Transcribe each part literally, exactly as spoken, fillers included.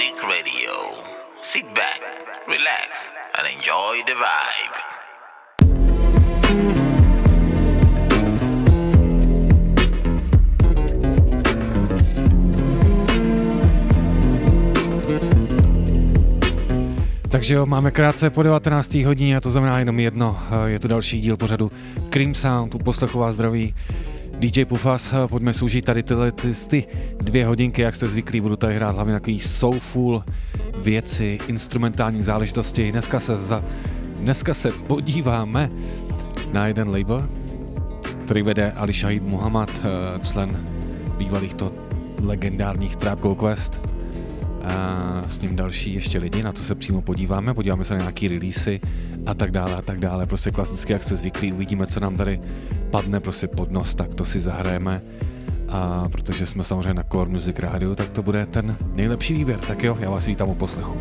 Music Radio. Sit back, relax, and enjoy the vibe. Takže jo, máme krátce po devatenácté hodině a to znamená jenom jedno. Je tu další díl pořadu Cream Sound, u poslechu vás zdraví dý džej Pufas. Pojďme soužít tady tyhle ty dvě hodinky, jak jste zvyklí, budu tady hrát hlavně takový soulful věci, instrumentální záležitosti. Dneska se, za, dneska se podíváme na jeden label, který vede Ali Shahid Muhammad, člen bývalých to legendárních Tribe Called Quest. A s ním další ještě lidi, na to se přímo podíváme, podíváme se na nějaký releasy a tak dále a tak dále, prostě klasicky, jak jste zvyklí, uvidíme, co nám tady padne prostě pod nos, tak to si zahrajeme a protože jsme samozřejmě na Core Music Radio, tak to bude ten nejlepší výběr, tak jo, já vás vítám u poslechu.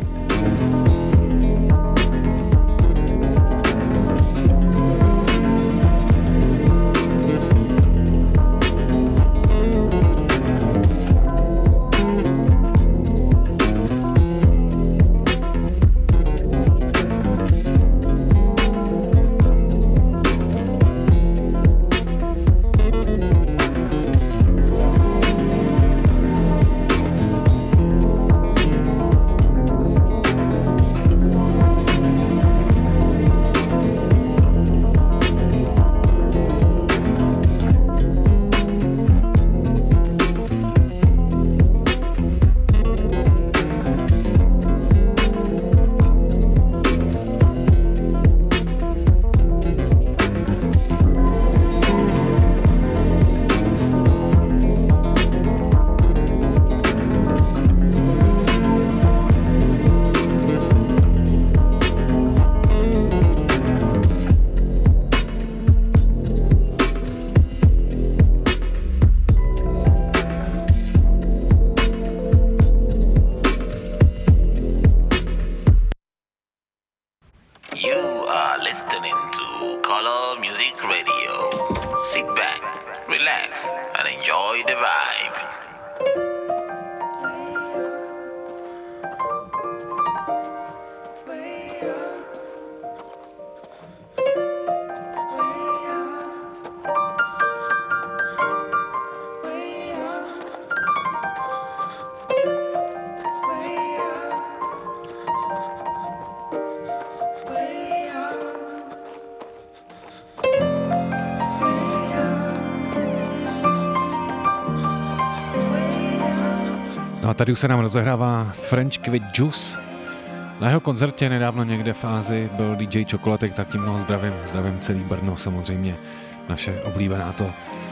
Tady už se nám rozehrává French Quid Juice. Na jeho koncertě nedávno někde v Ázii byl dý džej Čokolatek, tak tím ho zdravím, zdravím celý Brno, samozřejmě naše oblíbená to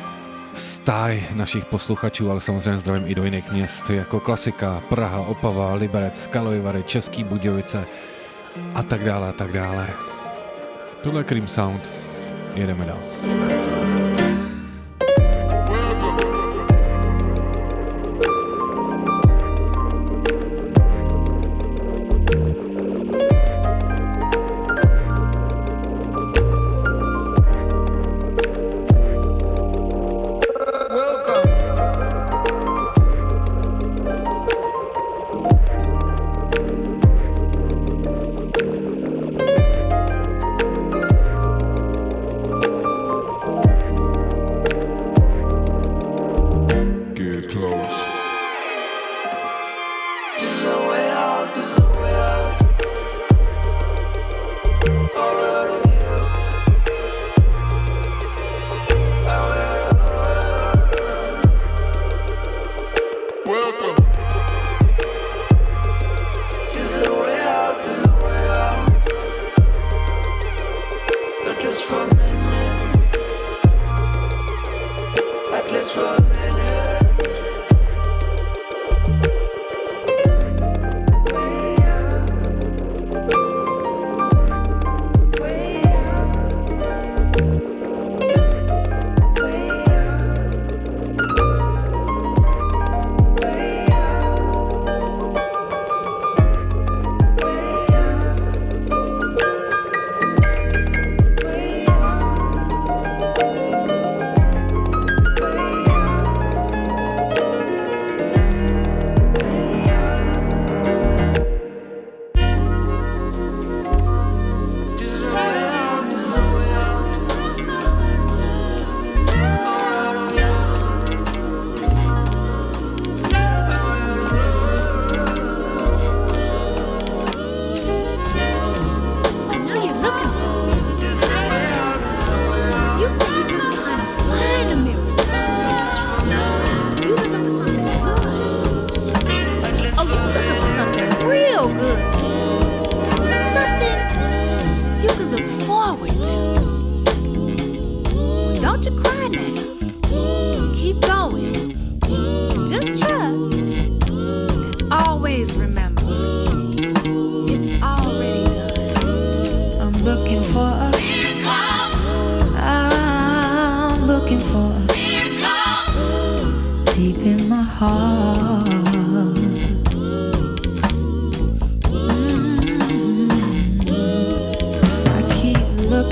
stáj našich posluchačů, ale samozřejmě zdravím i do jiných měst, jako Klasika, Praha, Opava, Liberec, Karlovy Vary, Český Budějovice a tak dále a tak dále. Tohle je Cream Sound, jedeme dál.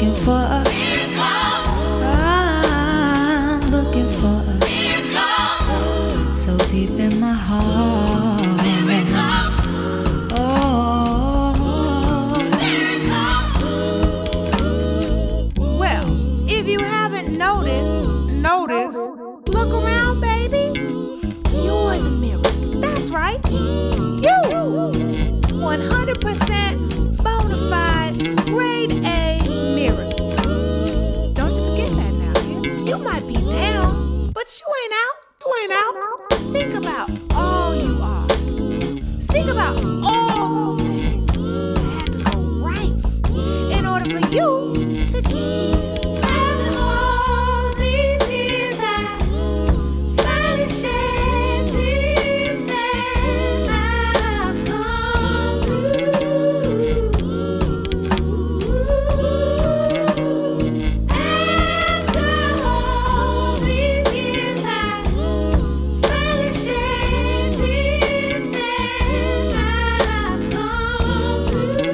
looking for a I'm looking for a so deep in my heart. Oh. Well, if you haven't noticed, notice. Look around, baby. You're the mirror. That's right. You. one hundred percent bona fide, grade A miracle. Don't you forget that now. You might be down, but you ain't out. You ain't out. Think about all you are. Think about all the things that had to go right in order for you to get here. After all these years, I finally shed tears that I've gone through. After all these years, I finally shed tears that I've gone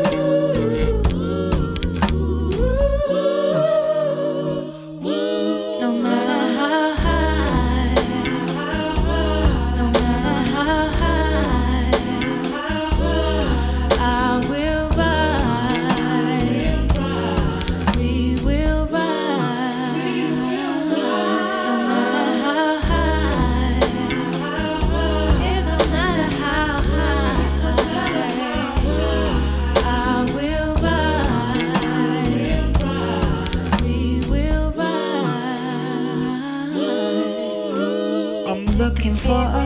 through. No matter how high, no matter how high, I will ride. We will ride. No matter how high, it don't matter how high, I will ride. We will ride. I'm looking for a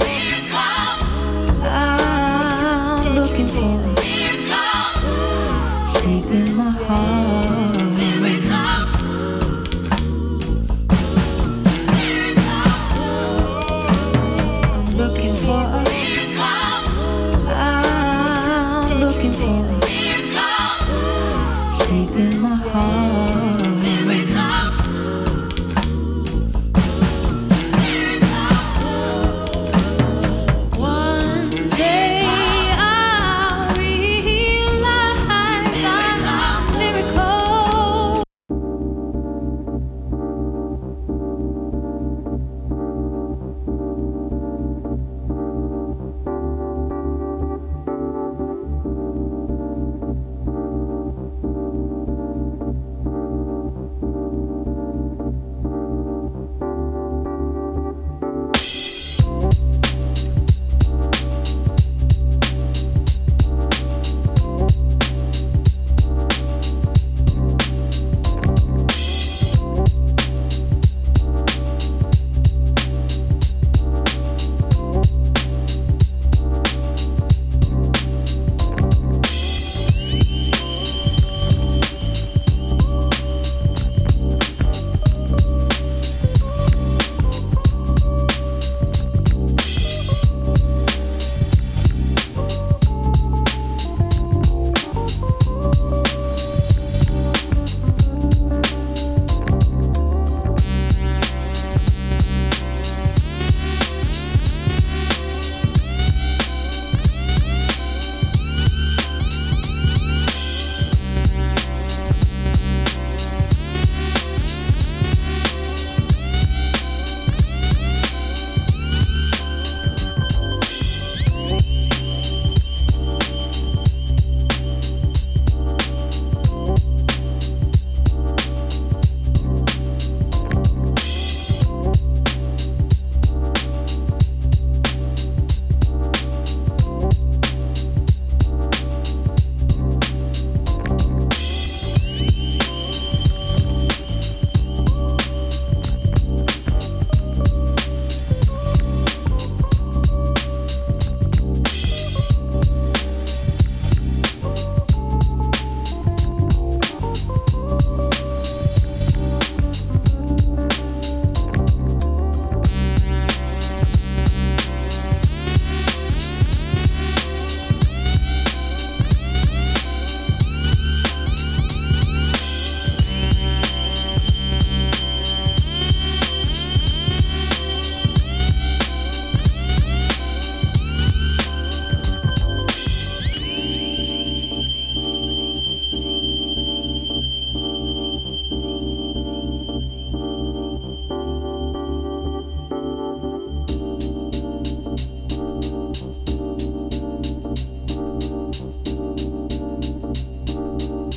I'm looking for a deep in my heart. I'm looking for a I'm looking for a deep in my heart. One day I'll realize I'm a miracle.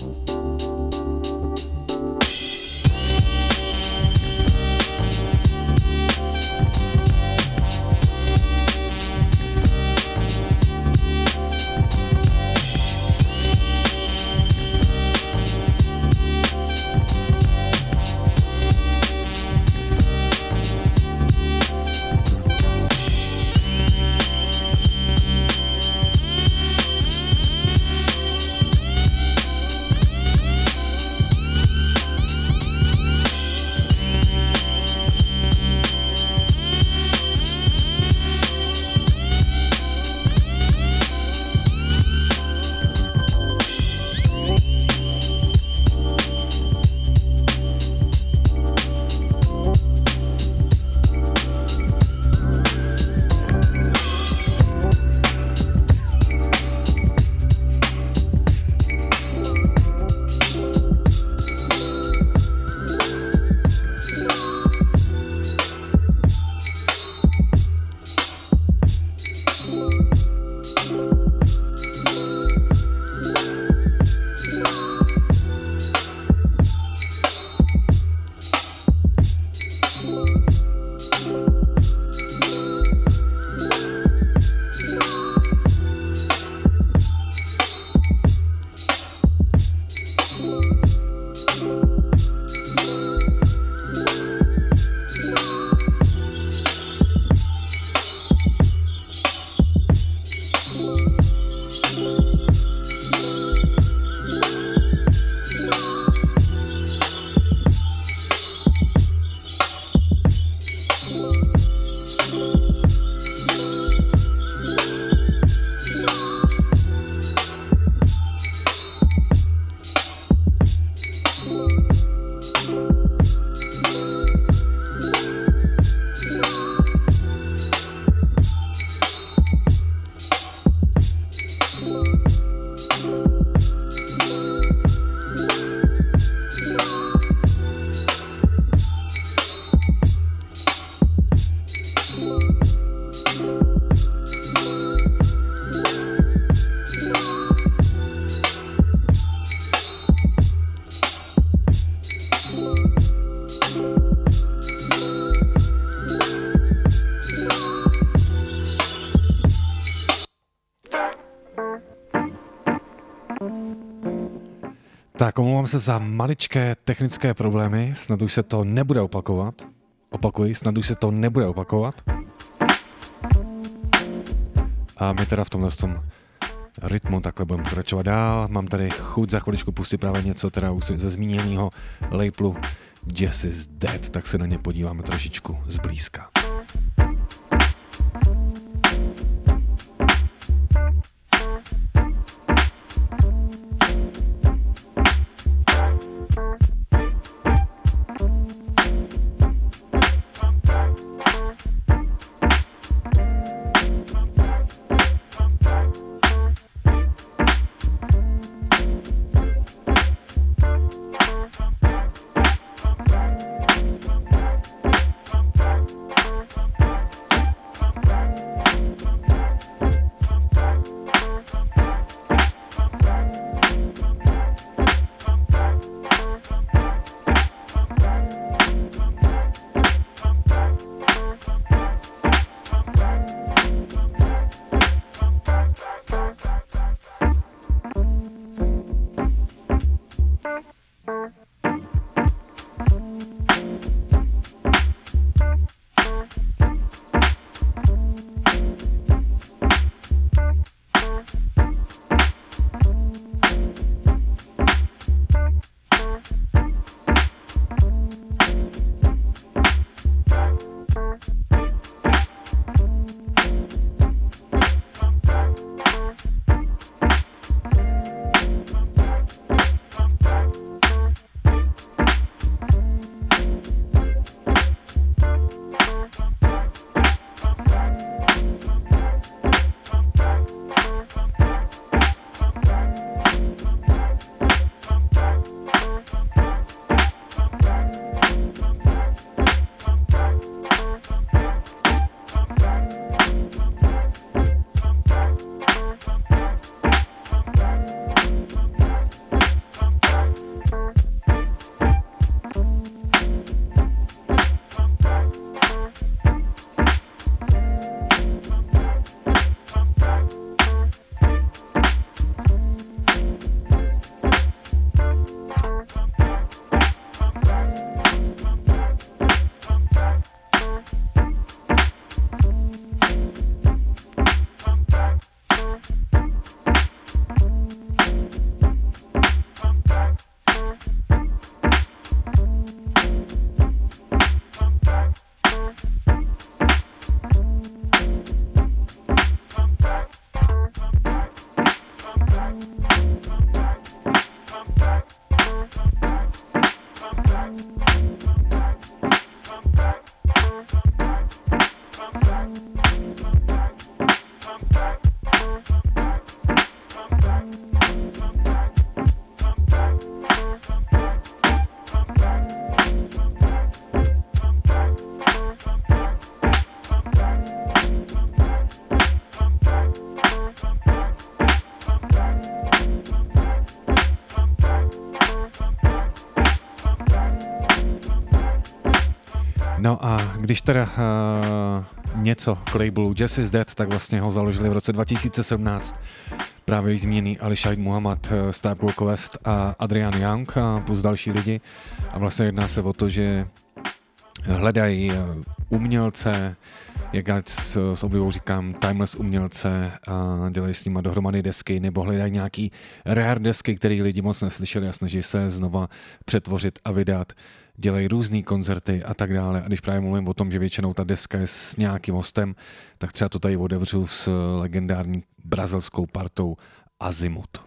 Tak, omlouvám se za maličké technické problémy, snad už se to nebude opakovat. Opakuji, snad už se to nebude opakovat. A my teda v tomhle tom rytmu takhle budeme pokračovat dál. Mám tady chuť za chviličku pustit právě něco teda už ze zmíněného labelu Jazz is Dead, tak se na ně podíváme trošičku zblízka. No a když teda uh, něco k labelu Jazz is Dead, tak vlastně ho založili v roce dva tisíce sedmnáct právě již zmíněný Ali Shaheed Muhammad, Tribe Called Quest a Adrian Young a plus další lidi. A vlastně jedná se o to, že hledají umělce, jak já s, s oblibou říkám, timeless umělce a dělají s nima dohromady desky nebo hledají nějaký rare desky, které lidi moc neslyšeli a snaží se znova přetvořit a vydat. Dělají různý koncerty a tak dále. A když právě mluvím o tom, že většinou ta deska je s nějakým hostem, tak třeba to tady otevřu s legendární brazilskou partou Azimuth.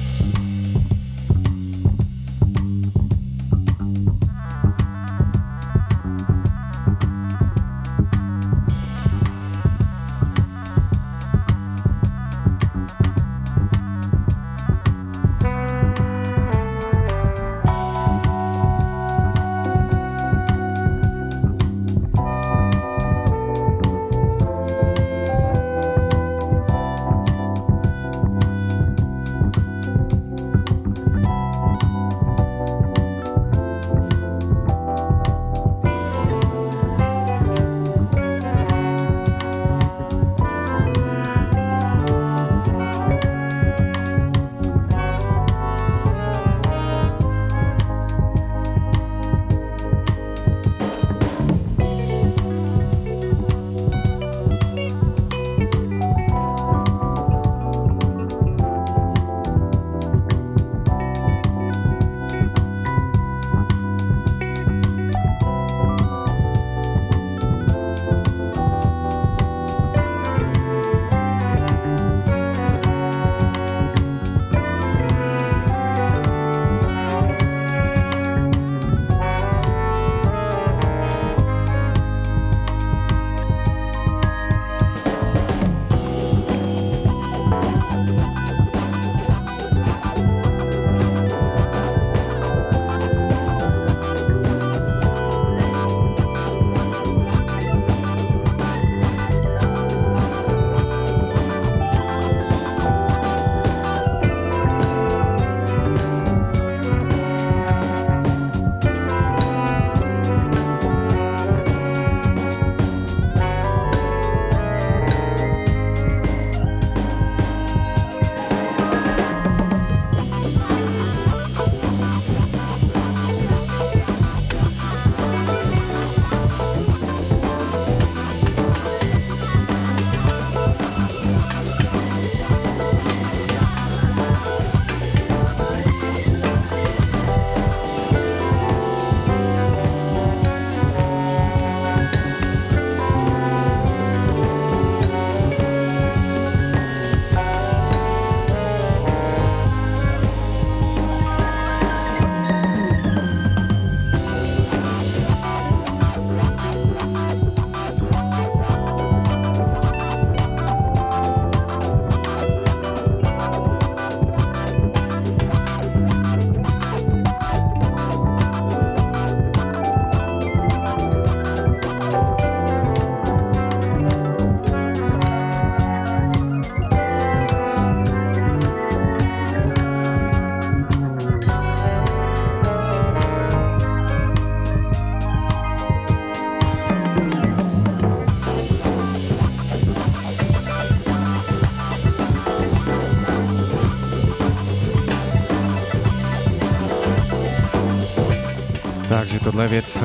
Takže tohle je věc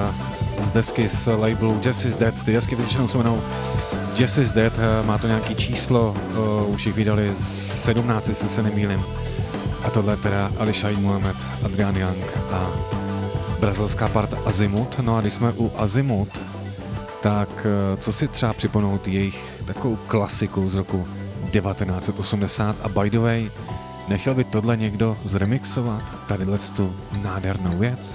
uh, z desky z labelu Jazz is Dead. Ty desky většinou se jmenou Jazz is Dead, uh, má to nějaký číslo, uh, už jich vydali sedmnáct, jestli se nemýlim. A tohle je teda Ali Shaheed Muhammad, Adrian Young a brazilská parta Azimuth. No a když jsme u Azimuth, tak uh, co si třeba připomenout jejich takovou klasiku z roku devatenáct set osmdesát a by the way, nechtěl by tohle někdo zremixovat, tadyhle tu nádhernou věc?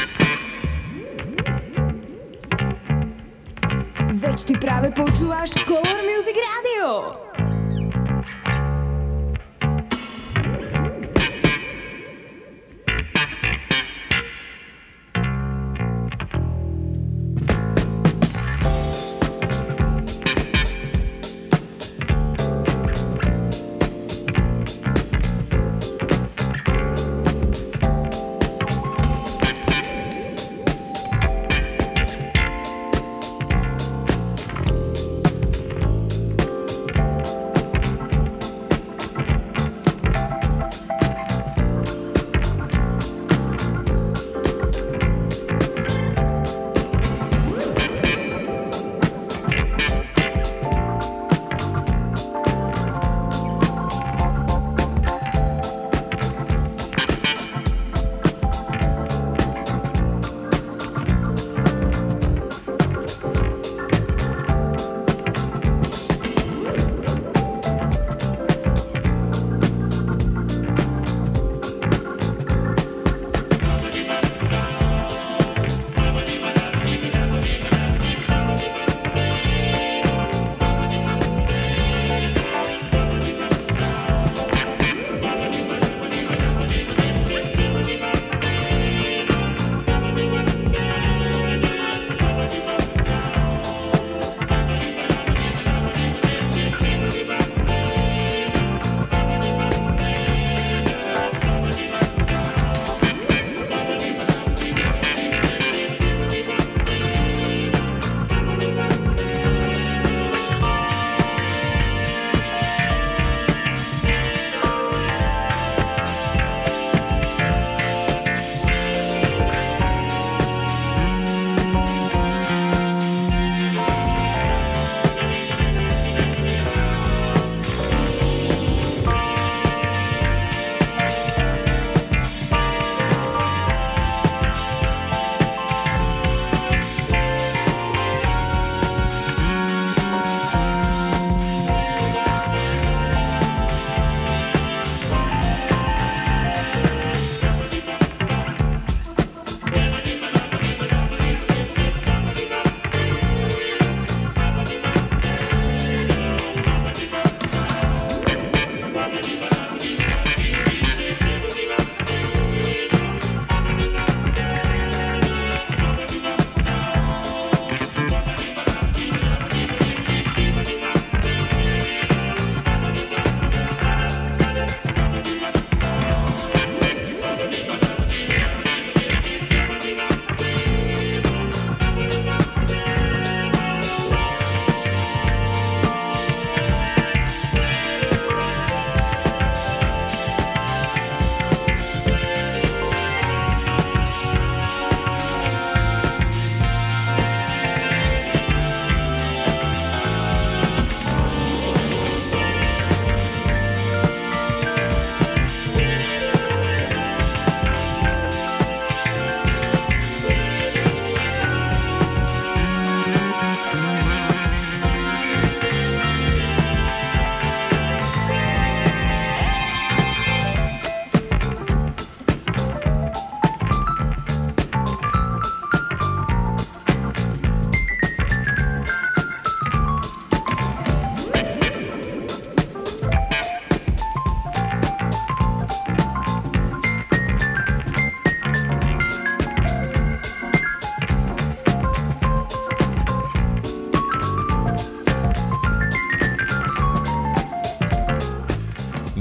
Veď ty práve počúvaš Color Music Radio.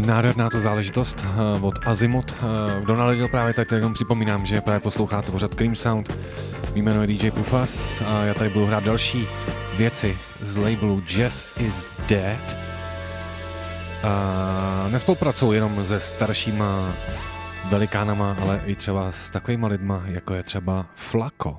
Nádherná to záležitost uh, od Azimut. Uh, kdo naladil právě tak, tak jenom připomínám, že právě posloucháte pořad Cream Sound. Jméno je D J Pufas a já tady budu hrát další věci z labelu Jazz is Dead. Uh, nespolupracují jenom se staršíma velikánama, ale i třeba s takovýma lidma, jako je třeba Flaco.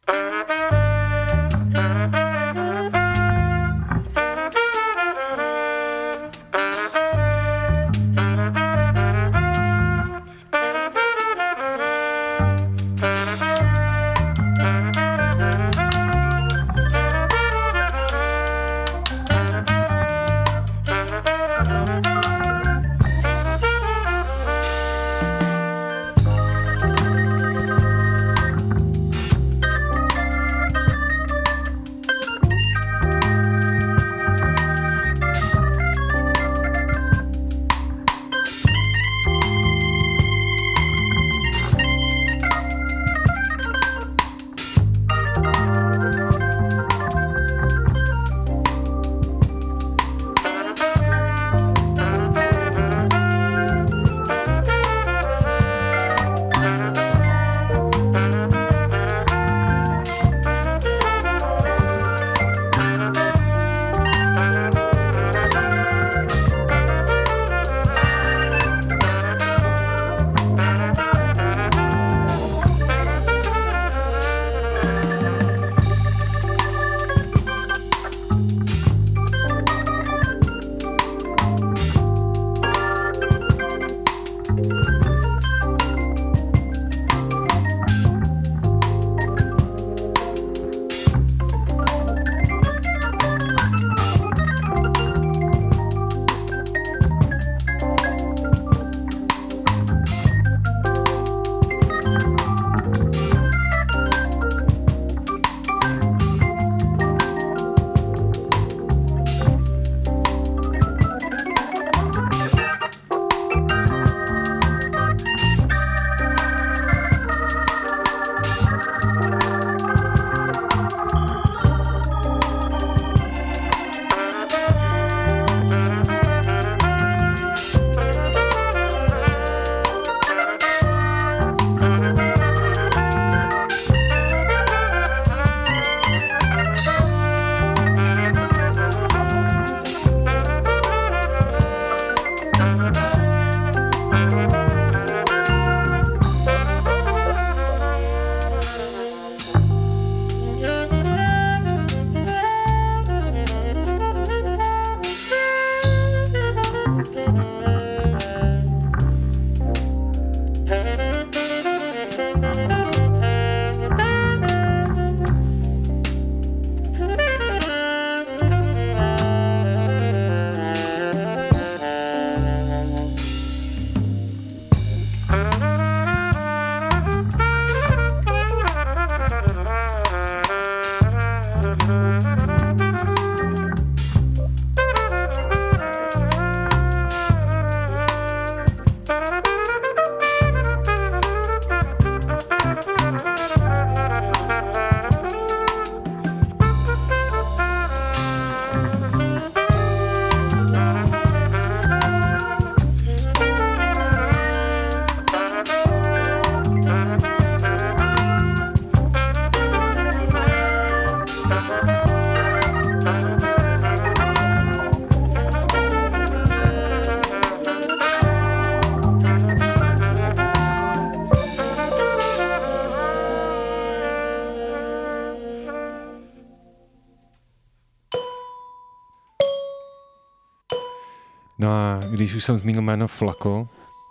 No a když už jsem zmínil jméno Flaco,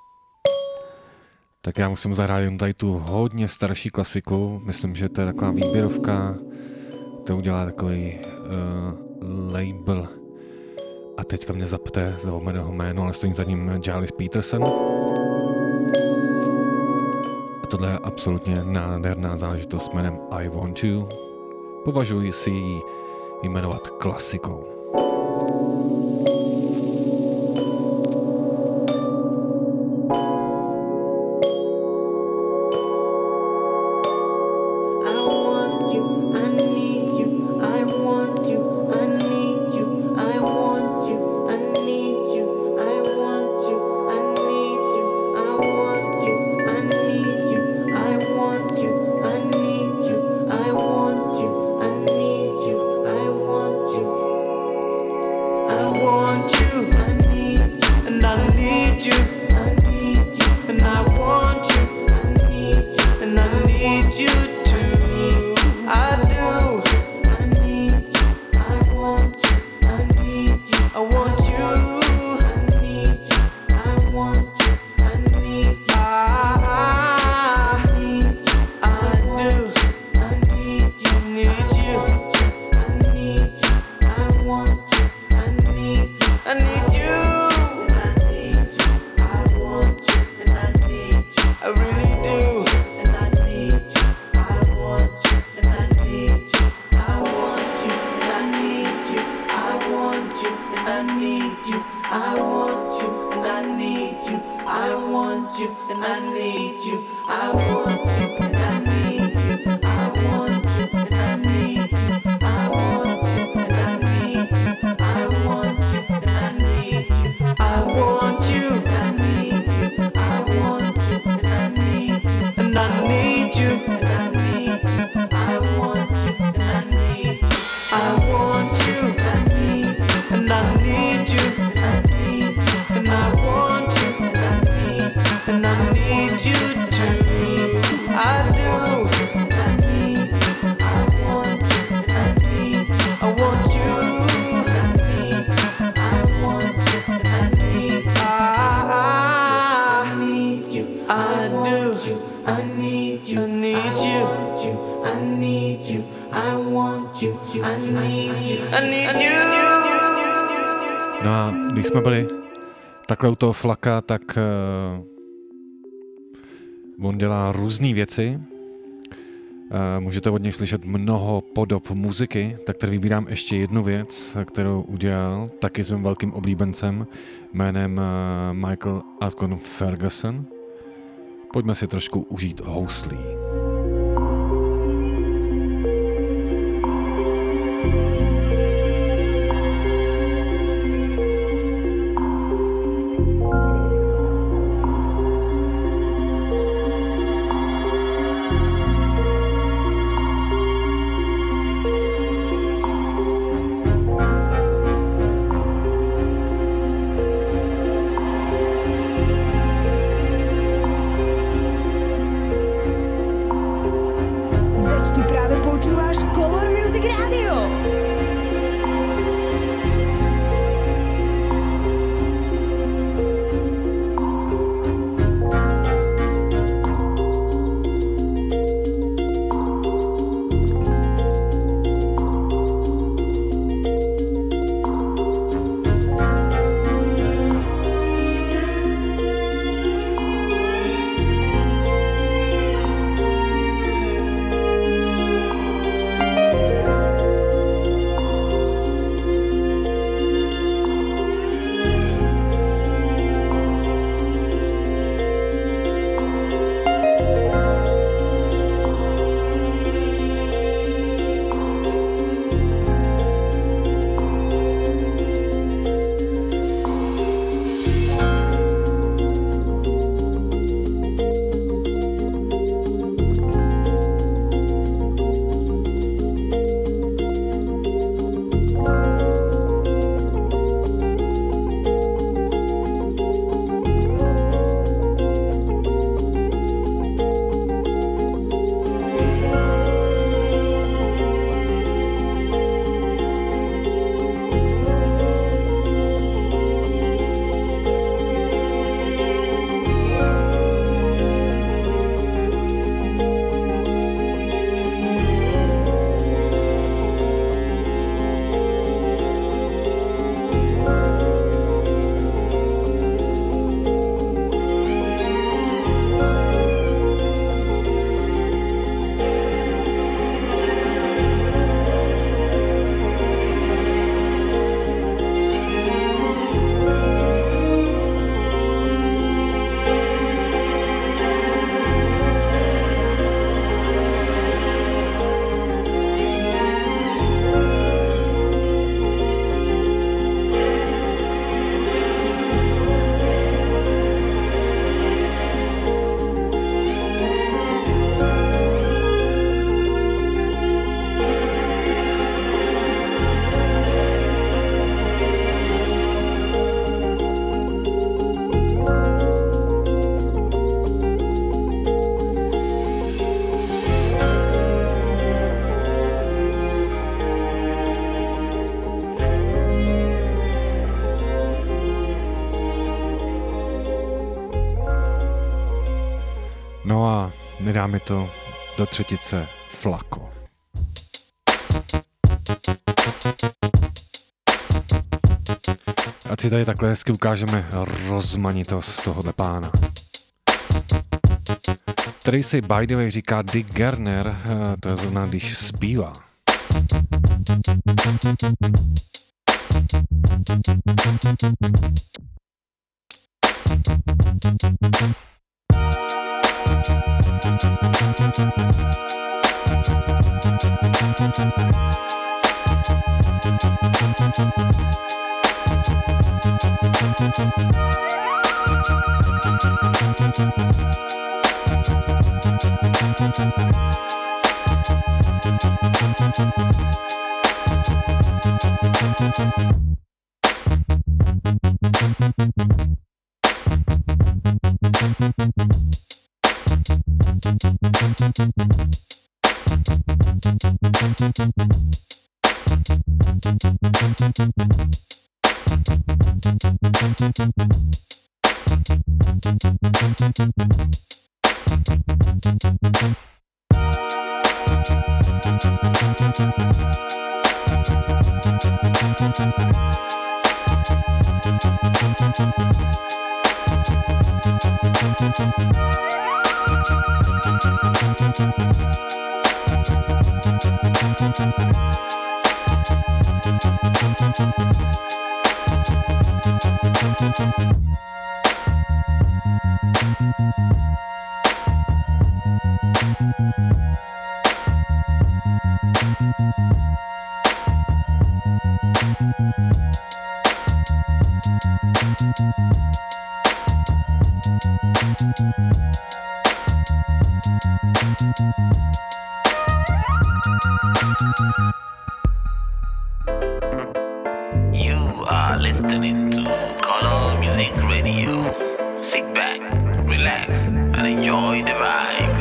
tak já musím zahrát jen tady tu hodně starší klasiku. Myslím, že to je taková výběrovka, to udělá takový uh, label. A teďka mě zapte za jeho jméno, ale stojí za ním Gilles Peterson. A tohle je absolutně nádherná záležitost s jménem I Want You. Považuji si ji jmenovat klasikou. I want you, I need you, I need you, I need you, I want you, I need you, I need you. No a když jsme byli takhle u toho Flaka, tak uh, on dělá různé věci. Uh, můžete od něj slyšet mnoho podob muziky, tak tady vybírám ještě jednu věc, kterou udělal taky svým velkým oblíbencem jménem uh, Michael Ascon Ferguson. Pojďme si trošku užít houslí. Nedá mi to do třetice Flako. Ať si tady takhle hezky ukážeme rozmanitost tohohle pána. Který si by the way říká Dick Garner, to je zrovna když zpívá. You are listening to Color Music Radio. Sit back, relax, and enjoy the vibe.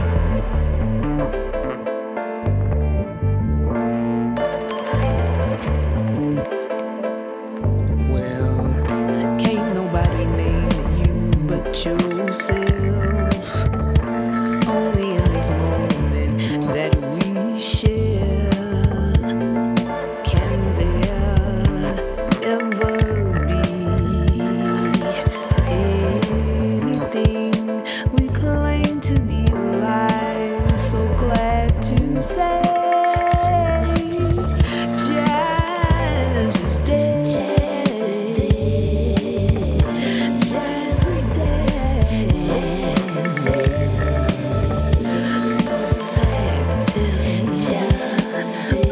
Well, can't nobody name you but yourself. Only in this moment that we share can there ever be anything we claim to be alive. So glad to say jazz is dead. Jazz is dead. Jazz is dead. Jazz is dead. So sad to tell jazz is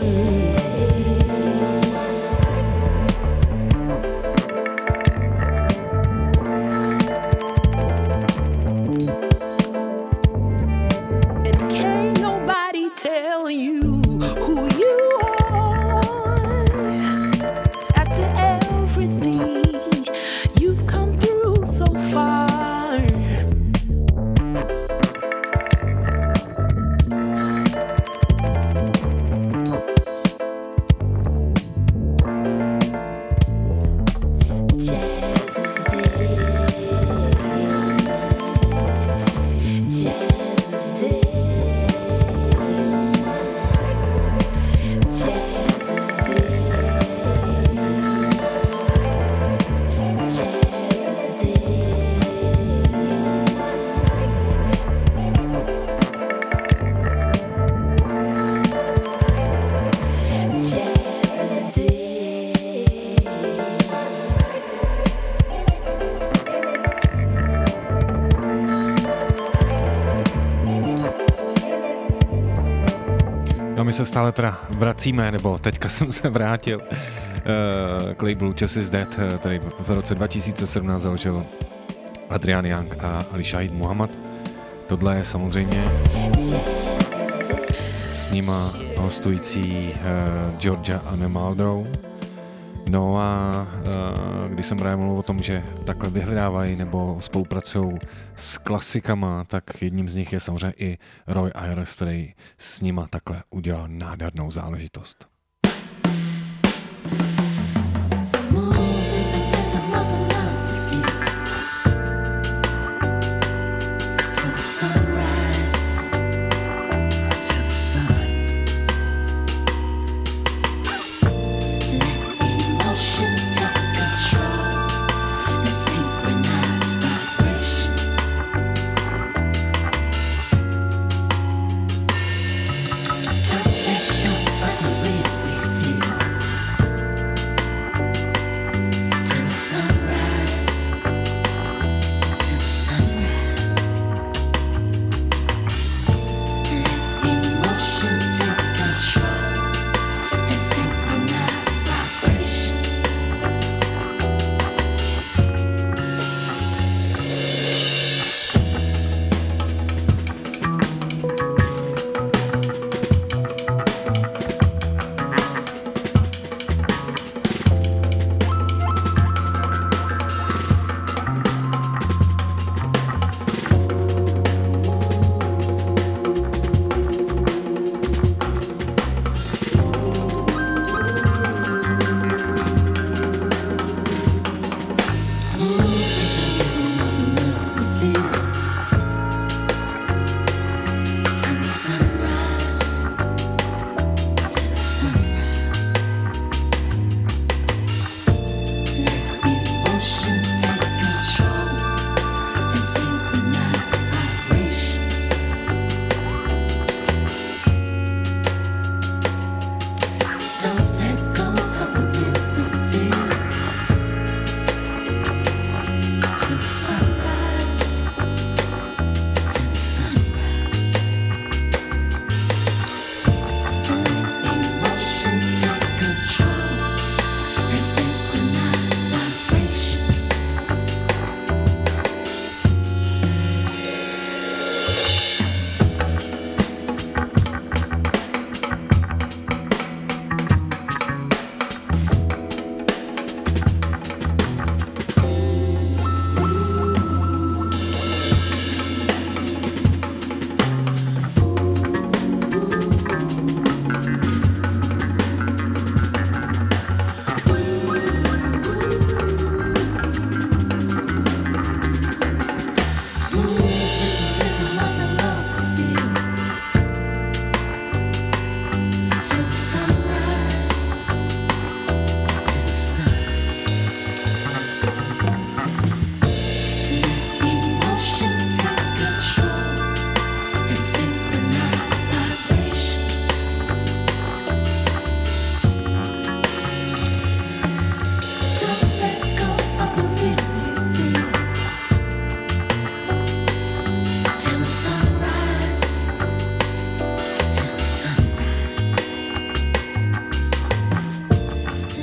and can't nobody tell you who you are after everything you've come through so far. Jazz is dead. Jazz is dead. Jazz is dead. Jazz is dead. Jazz is dead. No my se stále teda vracíme, nebo teďka jsem se vrátil uh, k labelu Chess is Dead, uh, který v roce dva tisíce sedmnáct založil Adrian Young a Ali Shahid Muhammad. Tohle je samozřejmě s nima hostující uh, Georgia Anne Muldrow. No a uh, když jsem právě mluvil o tom, že takhle vyhledávají nebo spolupracují s klasikama, tak jedním z nich je samozřejmě i Roy Ayers, který s nima takhle udělal nádhernou záležitost. To make you a real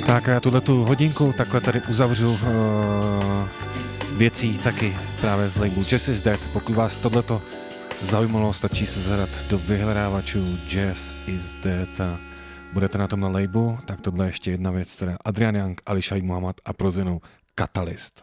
Tak a já tuhletu hodinku takhle tady uzavřu uh, věcí taky právě z labelu Jazz is Dead. Pokud vás tohleto zaujalo, stačí se zadat do vyhledávačů Jazz is Dead a budete na tom na labelu. Tak tohle je ještě jedna věc, teda Adrian Young, Ali Shaheed Muhammad a pro Zinu Catalyst.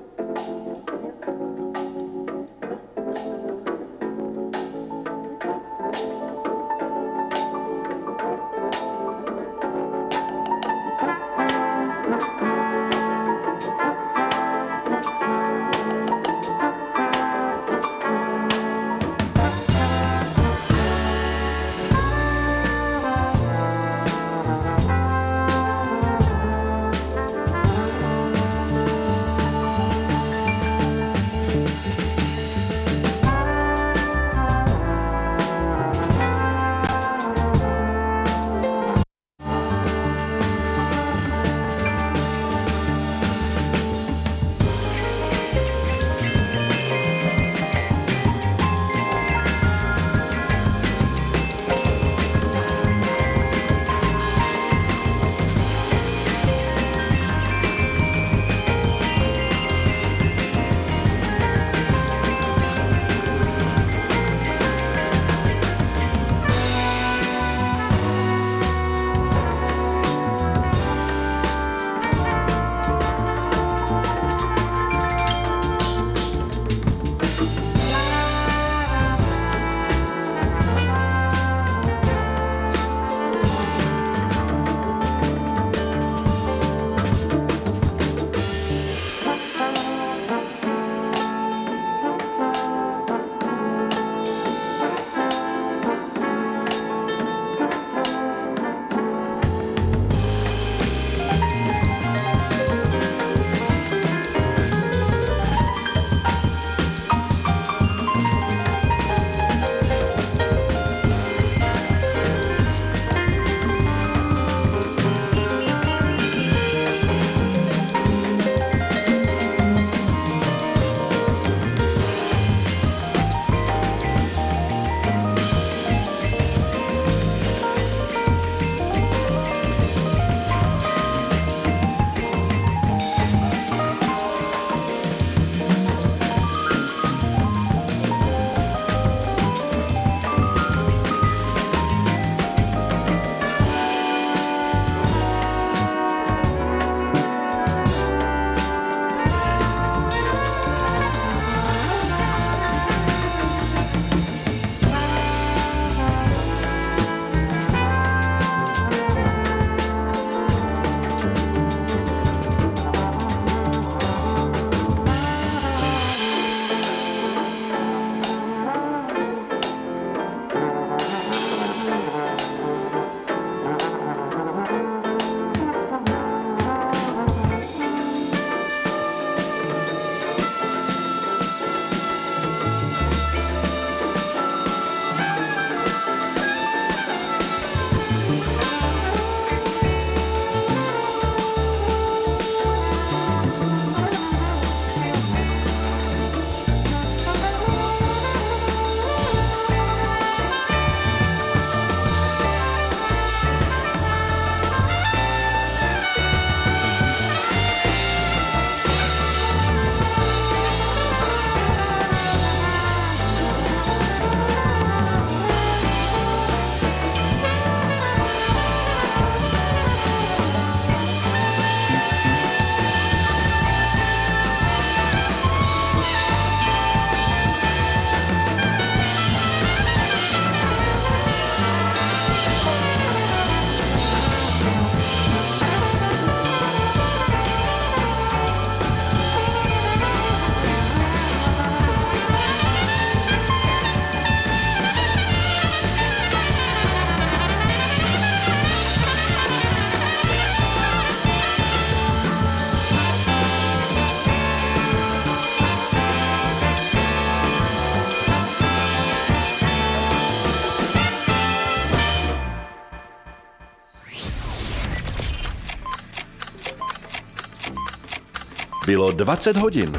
Bylo dvacet hodin.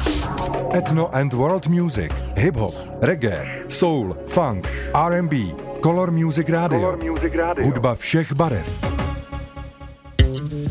Ethno and world music, hip-hop, reggae, soul, funk, R and B, Color Music Radio. Color Music Radio. Hudba všech barev.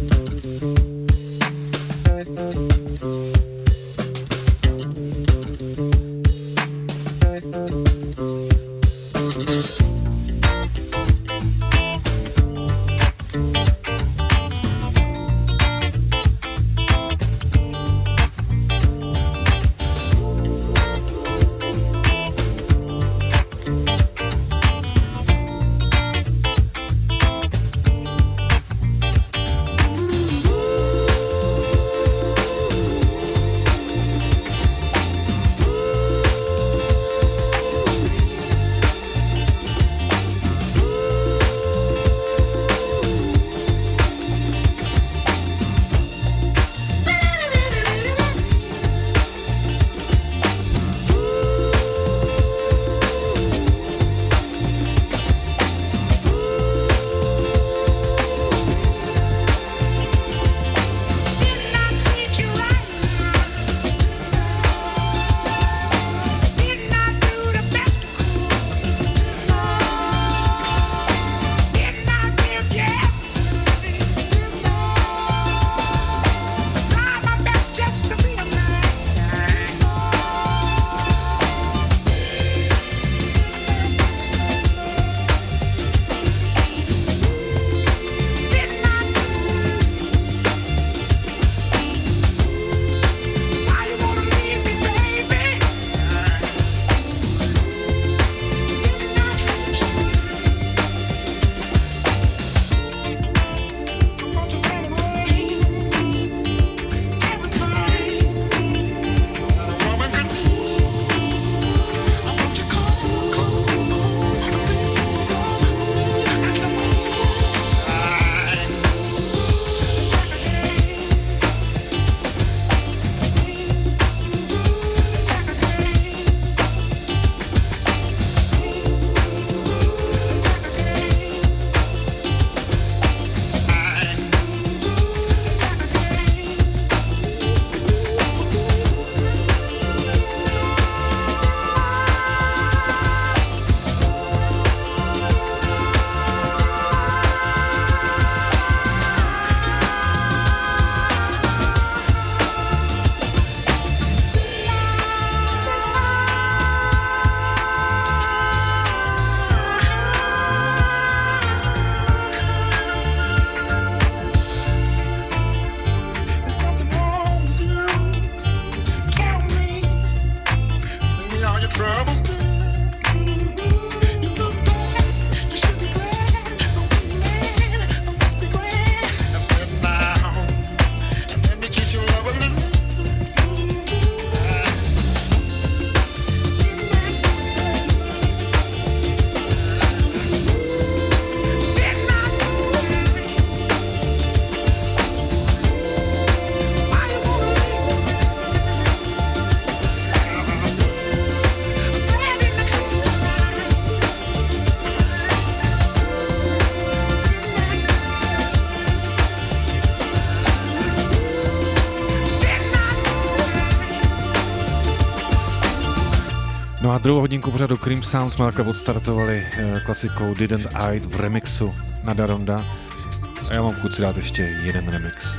No a druhou hodinku pořadu Cream Sound jsme takhle odstartovali klasikou Didn't I v remixu na Daronda. A já mám chuť si dát ještě jeden remix.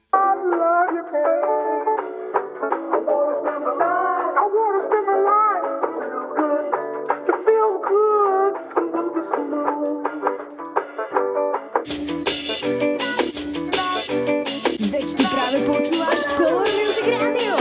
Veď ty práve počúvaš Color Music Radio.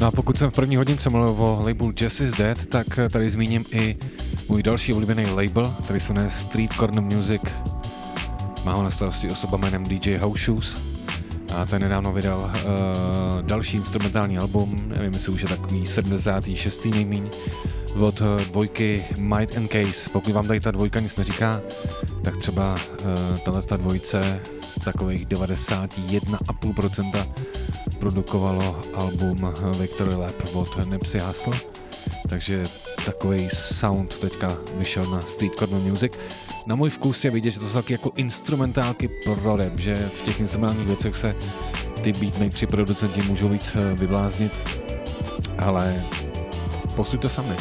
No a pokud jsem v první hodince mluvil o labelu Jazz is Dead, tak tady zmíním i můj další oblíbený label, který se jmenuje Street Corner Music. Má ho na starosti osoba jménem D J House Shoes a ten nedávno vydal uh, další instrumentální album, nevím, jestli už je takový sedmdesátý šestý nejmíň, od uh, dvojky Might and Case. Pokud vám tady ta dvojka nic neříká, tak třeba uh, tato dvojice z takových devadesát jedna celá pět procenta produkovalo album Victory Lap od Nipsey Hussle, takže takový sound teďka vyšel na Street Corner Music. Na můj vkus je vidět, že to jsou taky jako instrumentálky pro rap, že v těch instrumentálních věcech se ty beatmakeri, producenti můžou víc vybláznit, ale posuď to sami.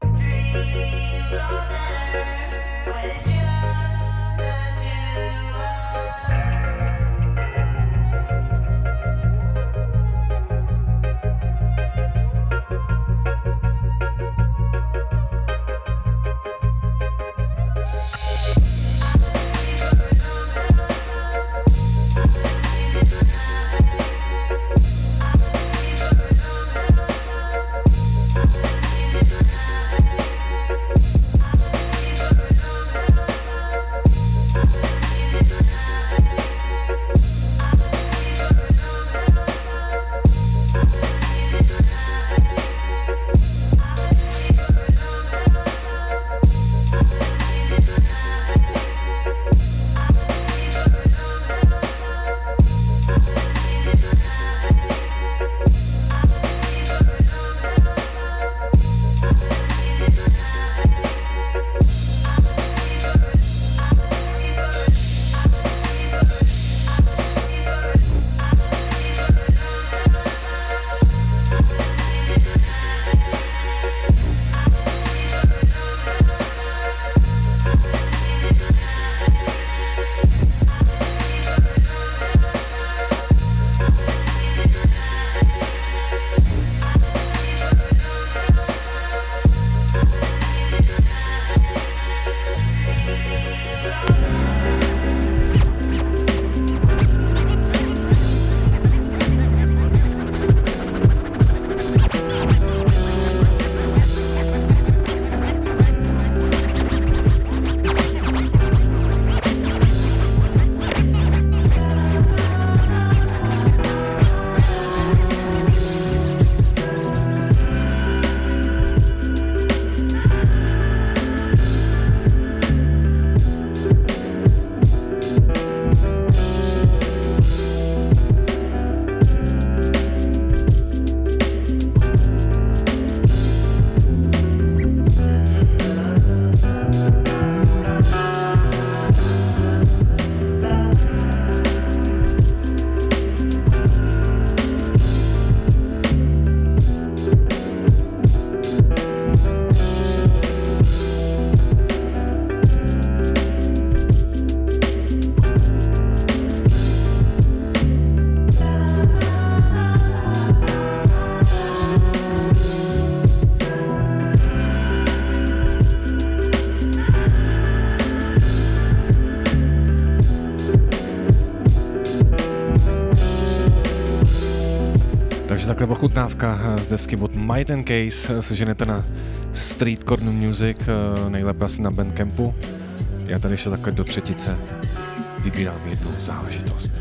Takže takhle ochutnávka z desky od Might and Case, seženete na Street Corner Music, nejlépe asi na Bandcampu. Já tady ještě takhle do třetice vybírám jednu záležitost.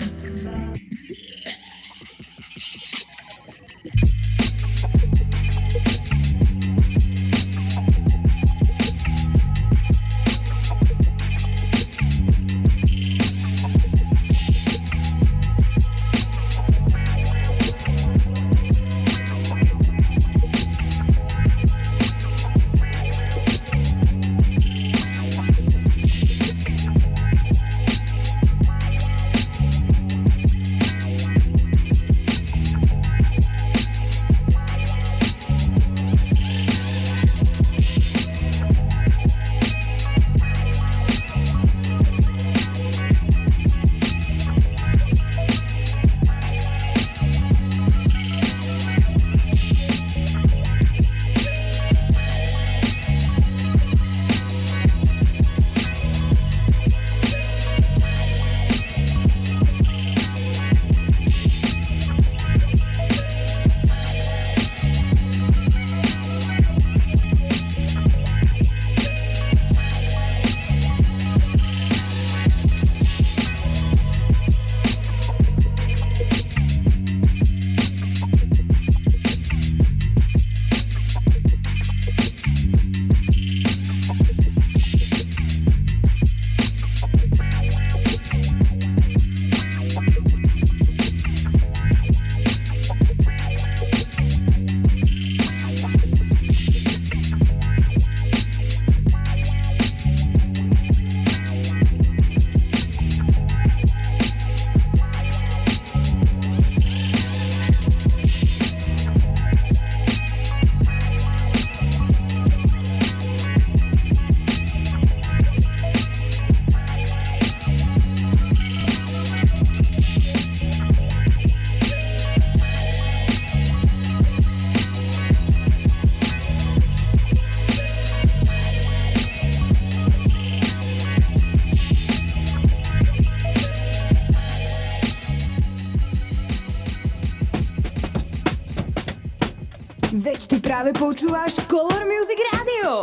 Práve počúvaš Color Music Radio.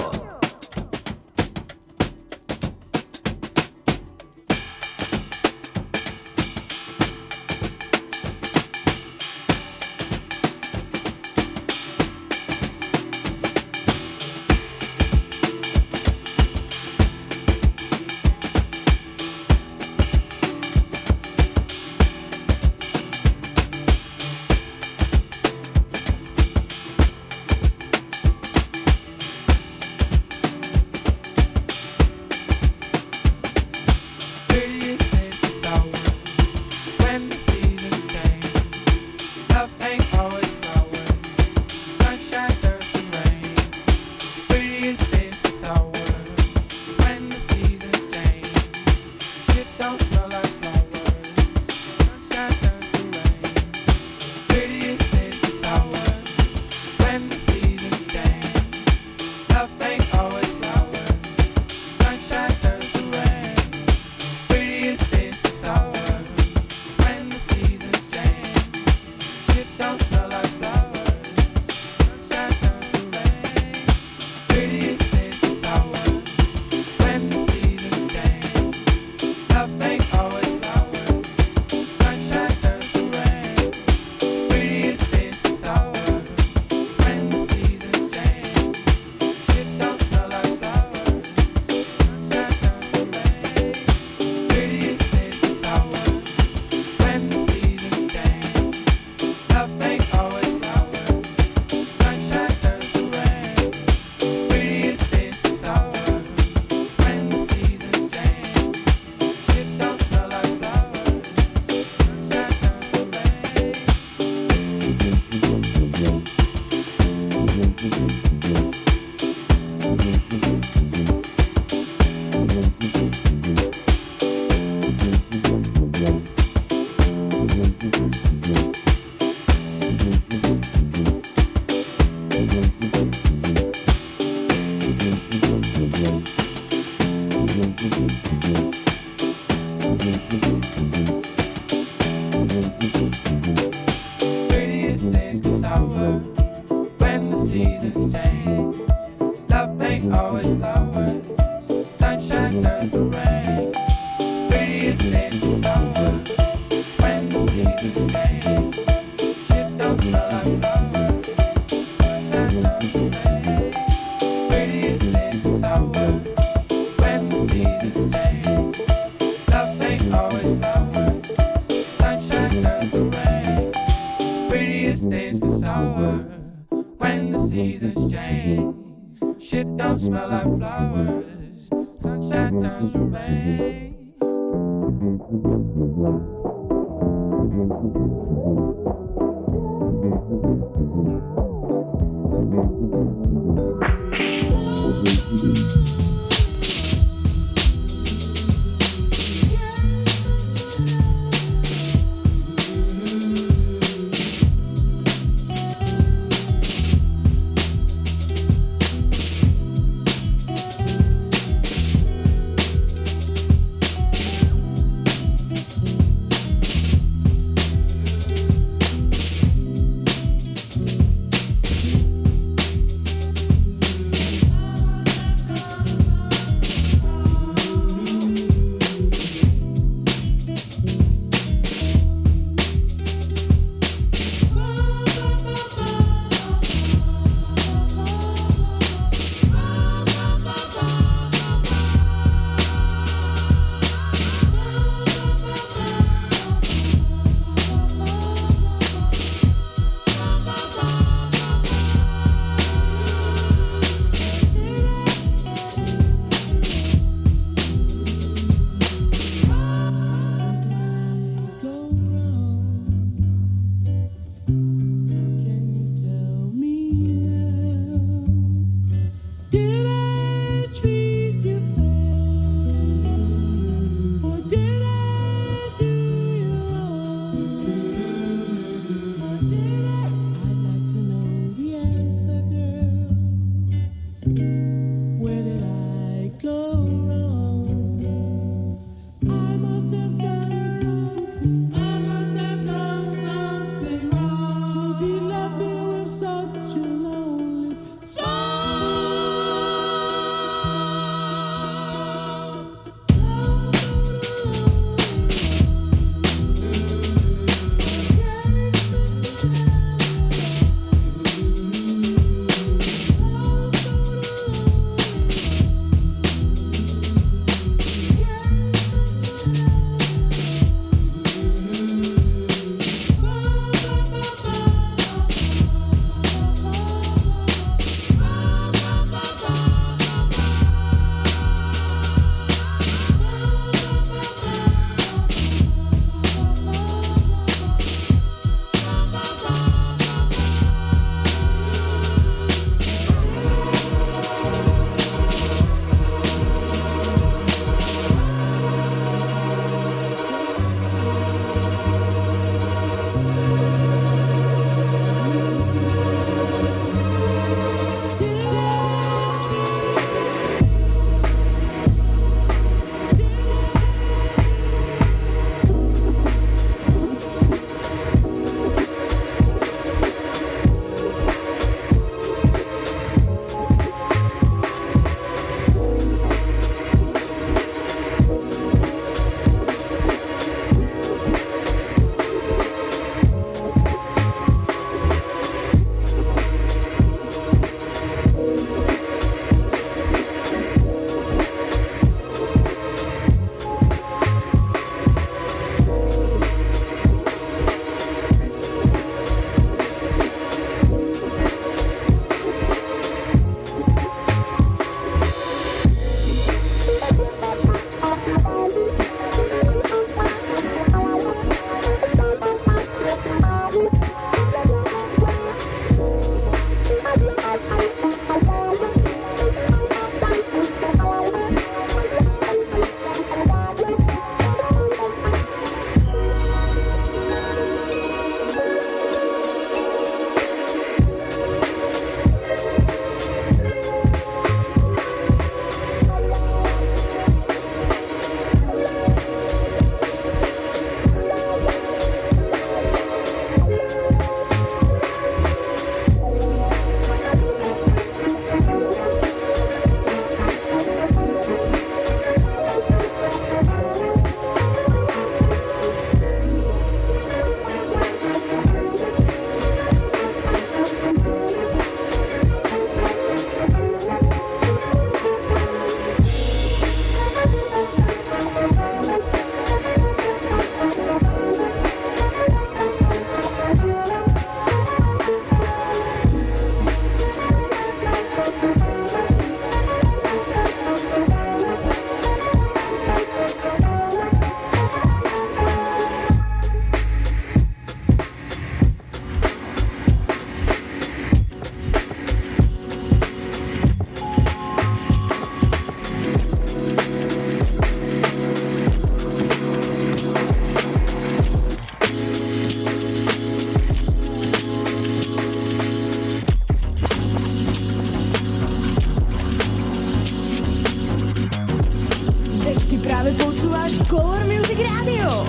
Práve počúvaš Color Music Radio.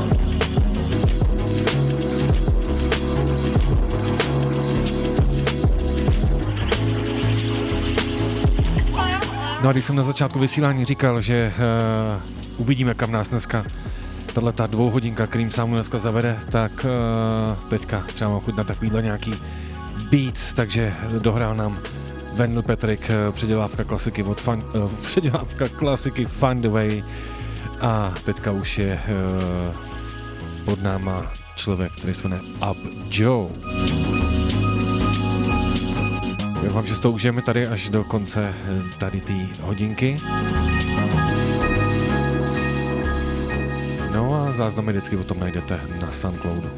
No a když jsem na začátku vysílání říkal, že uh, uvidíme, kam nás dneska tato dvouhodinka Cream Soundu dneska zavede, tak uh, teďka třeba mám chuť na takovýhle nějaký beats, takže dohrál nám Wendell Patrick, uh, předělávka klasiky od fun, uh, předělávka klasiky Find the Way a teďka už je uh, pod náma člověk, který se jmenuje Up Joe. Doufám, že s tou užijeme tady až do konce tady té hodinky. No a záznamy vždycky o tom najdete na Soundcloudu.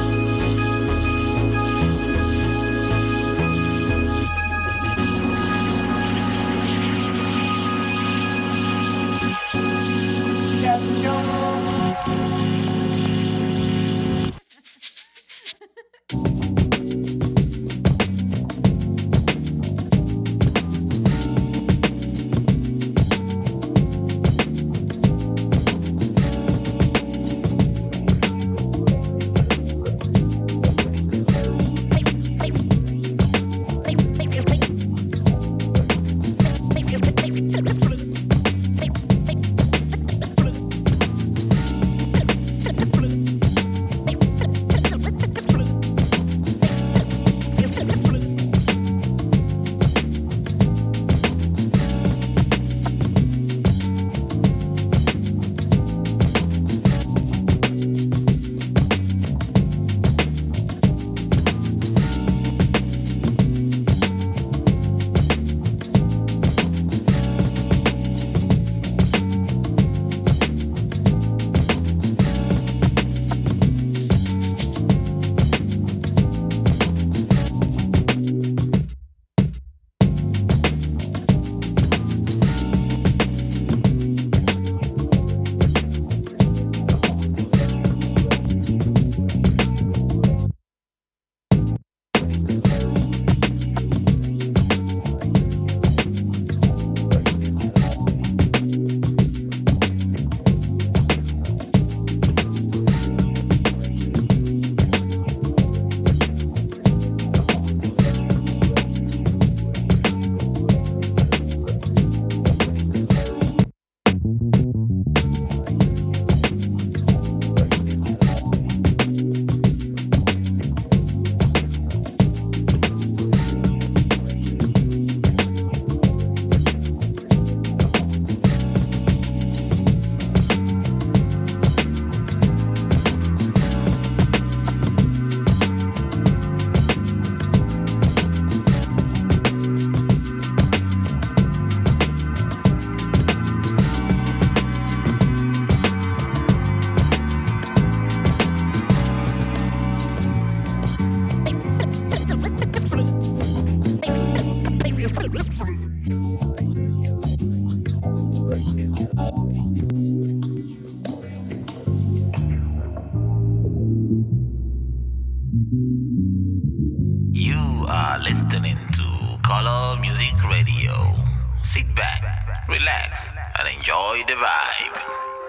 You are listening to Color Music Radio. Sit back, relax, and enjoy the vibe.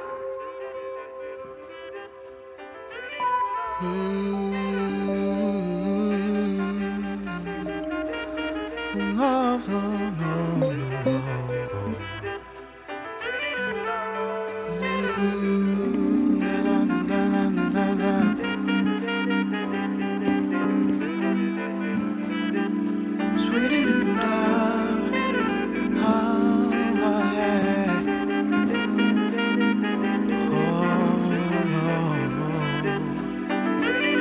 Oh, no, no, no, no. Mm, da, da, da, da, da. Sweetie doo da, oh, oh yeah. Oh no.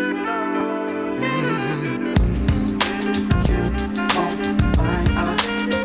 Mm-hmm. You won't find out.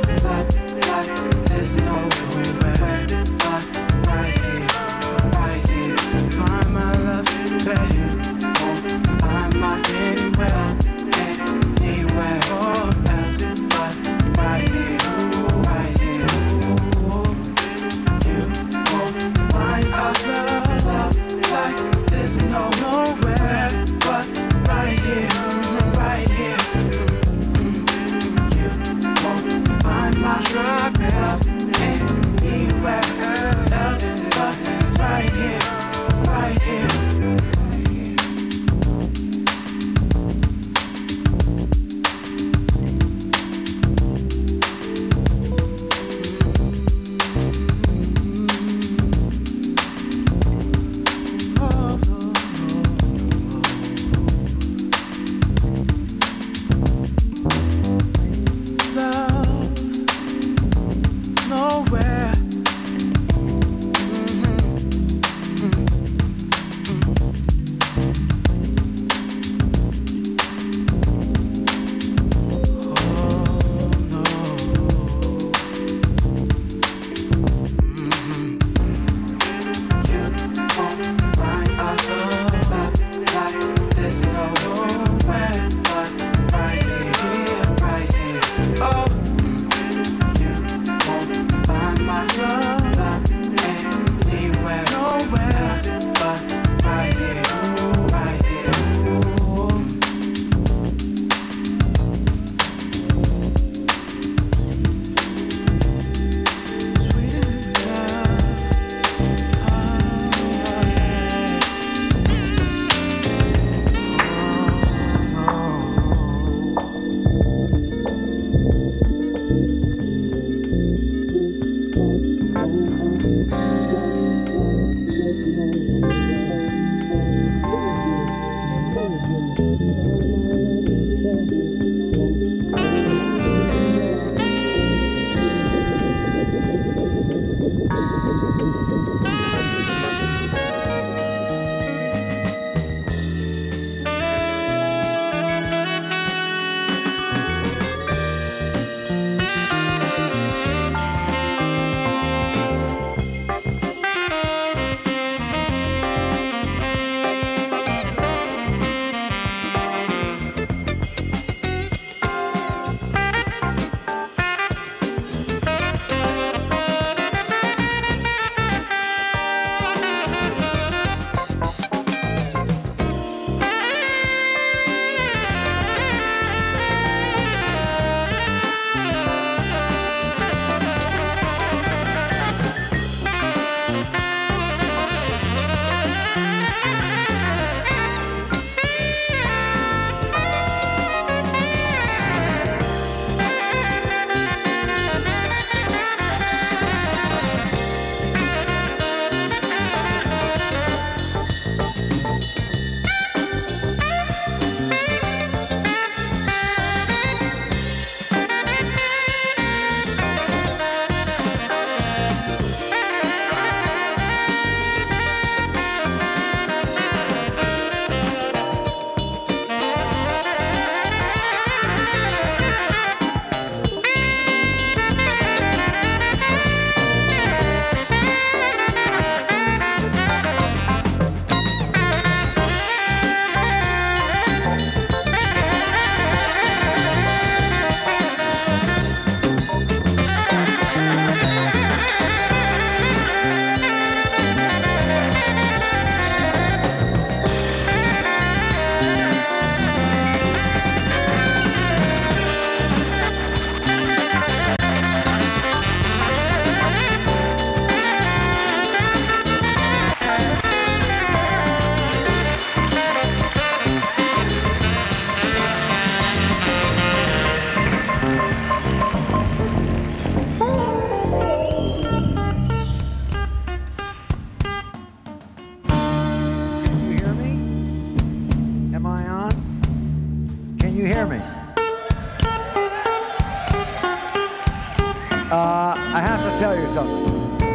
something.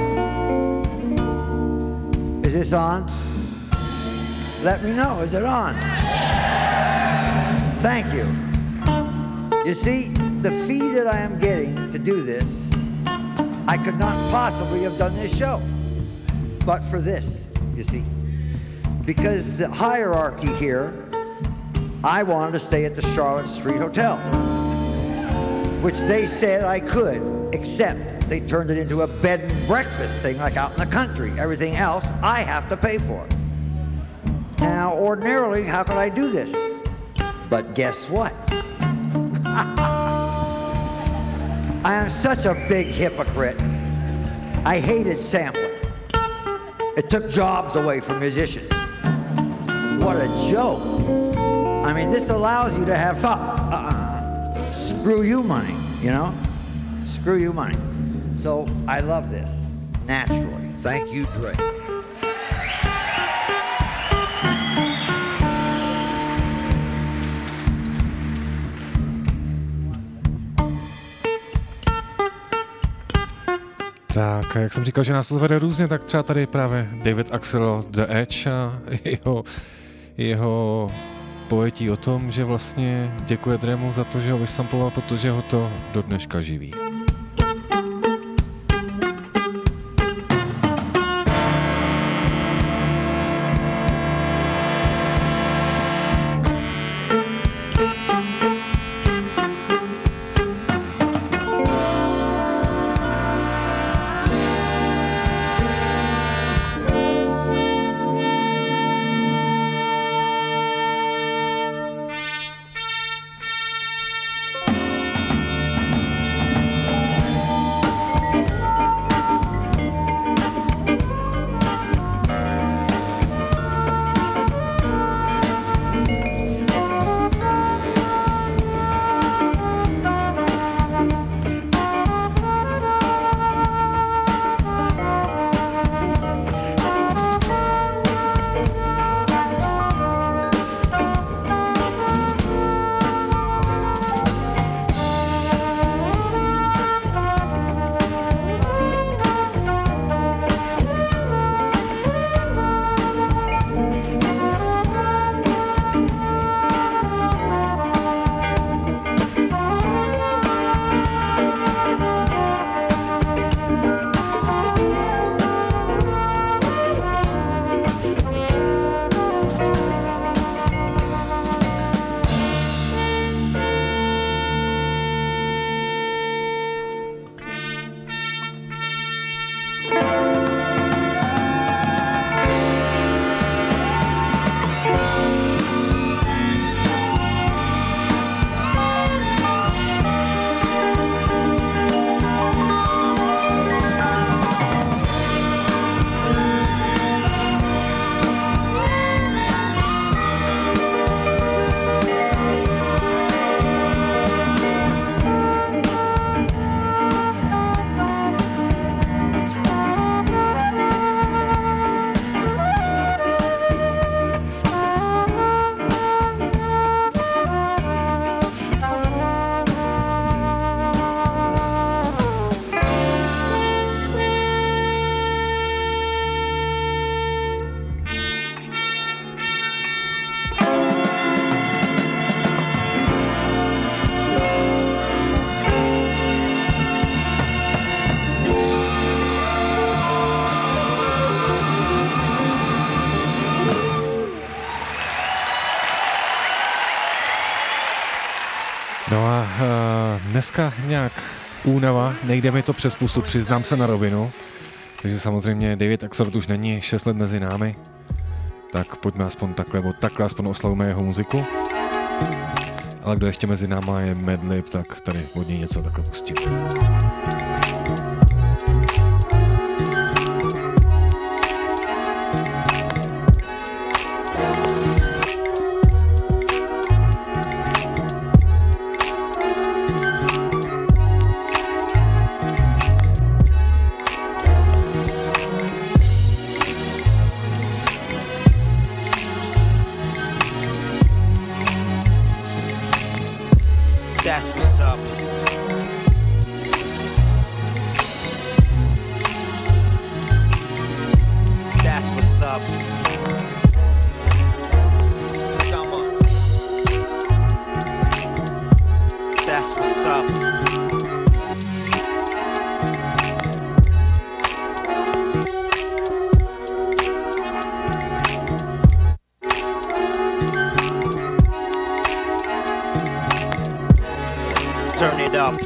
Is this on? Let me know. Is it on? Thank you. You see, the fee that I am getting to do this, I could not possibly have done this show but for this, you see. Because the hierarchy here, I wanted to stay at the Charlotte Street Hotel, which they said I could, except they turned it into a bed and breakfast thing like out in the country. Everything else, I have to pay for. Now, ordinarily, how could I do this? But guess what? I am such a big hypocrite. I hated sampling. It took jobs away from musicians. What a joke. I mean, this allows you to have fun. Uh, screw you money, you know? Screw you money. So I love this, naturally. Thank you, Dre. Tak, jak jsem říkal, že nás to zvede různě, tak třeba tady právě David Axel The Edge a jeho, jeho pojetí o tom, že vlastně děkuje Dremu za to, že ho vysamploval, protože ho to do dneška živí. Dneska nějak únava, nejde mi to přes pusu, přiznám se na rovinu. Takže samozřejmě David Axel už není šest let mezi námi. Tak pojďme aspoň takhle, nebo takhle aspoň oslavujeme jeho muziku. Ale kdo ještě mezi náma je Madlib, tak tady od něj něco takhle pustím. That's what's up. That's what's up. That's what's up. Turn it up.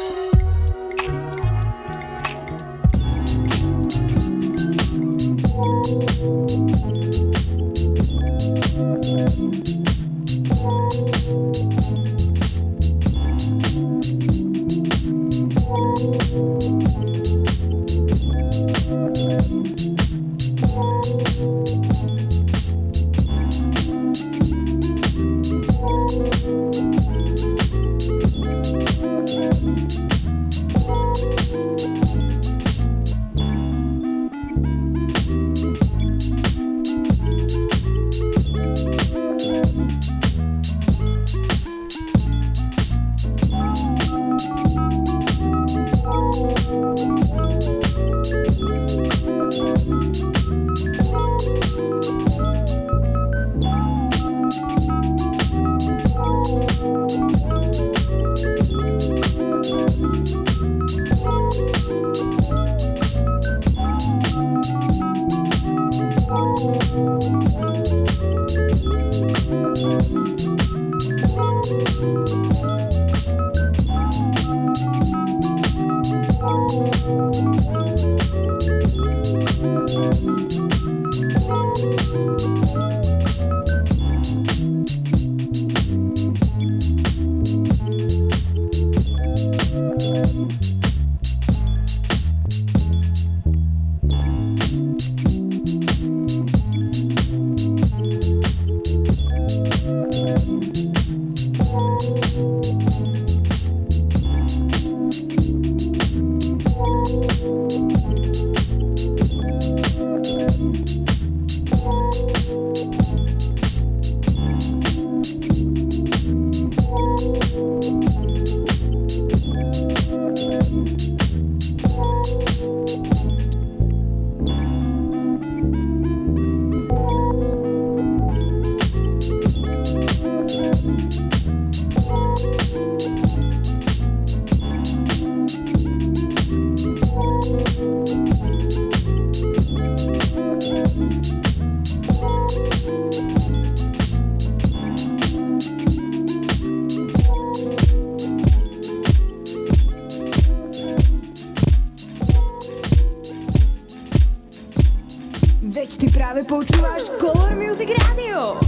Počúvaš Color Music Radio.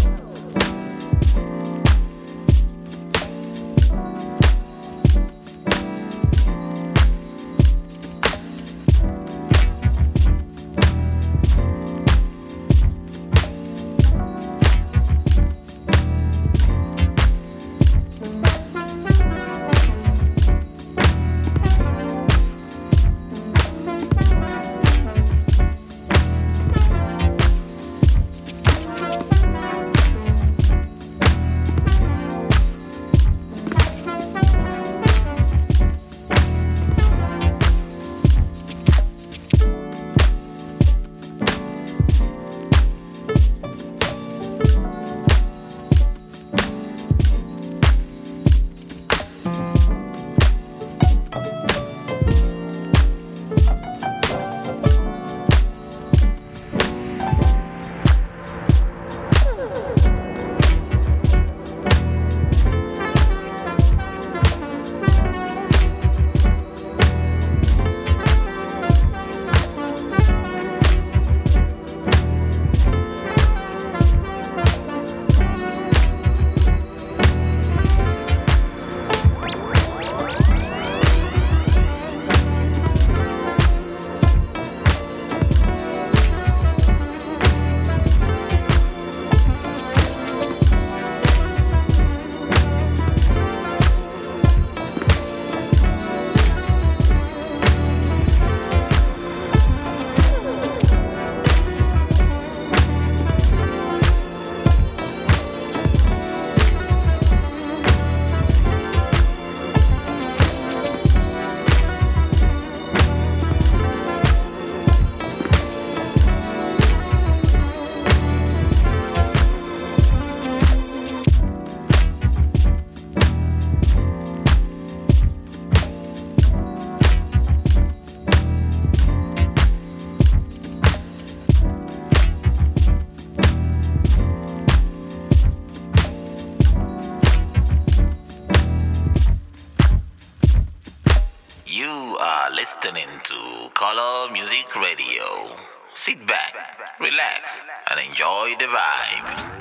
listening to Color Music Radio. Sit back, relax, and enjoy the vibe.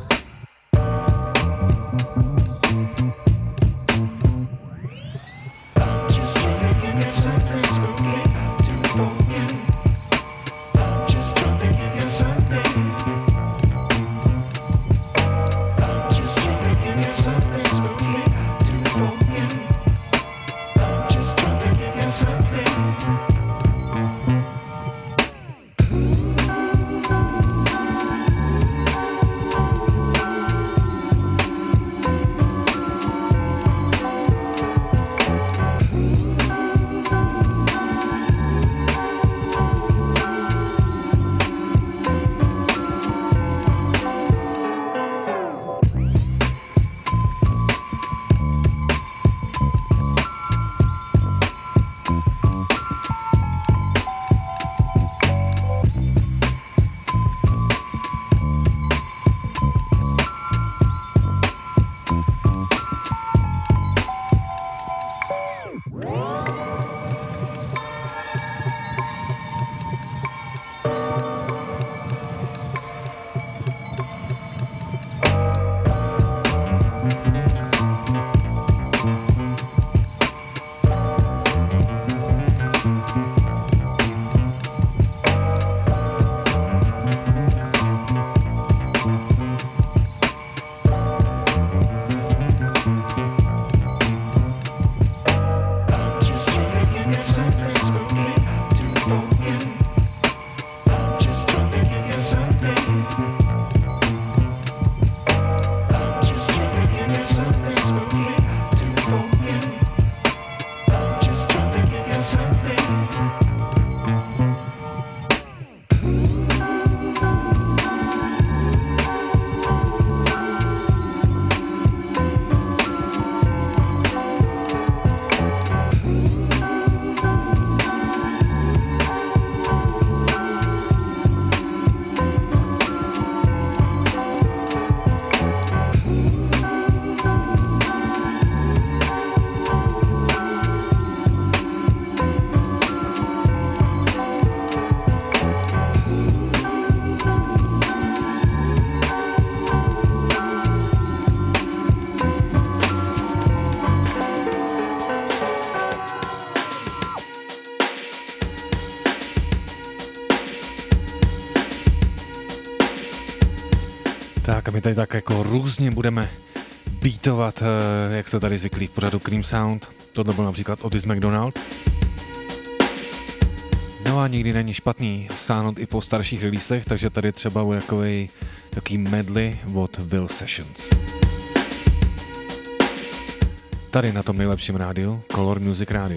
Tak a my tady tak jako různě budeme beatovat, jak se tady zvyklí v pořadu Cream Sound. Tohle byl například Otis McDonald. No a nikdy není špatný sáhnout i po starších releasech, takže tady třeba bude takový takový medley od Will Sessions. Tady na tom nejlepším rádiu, Color Music Radio.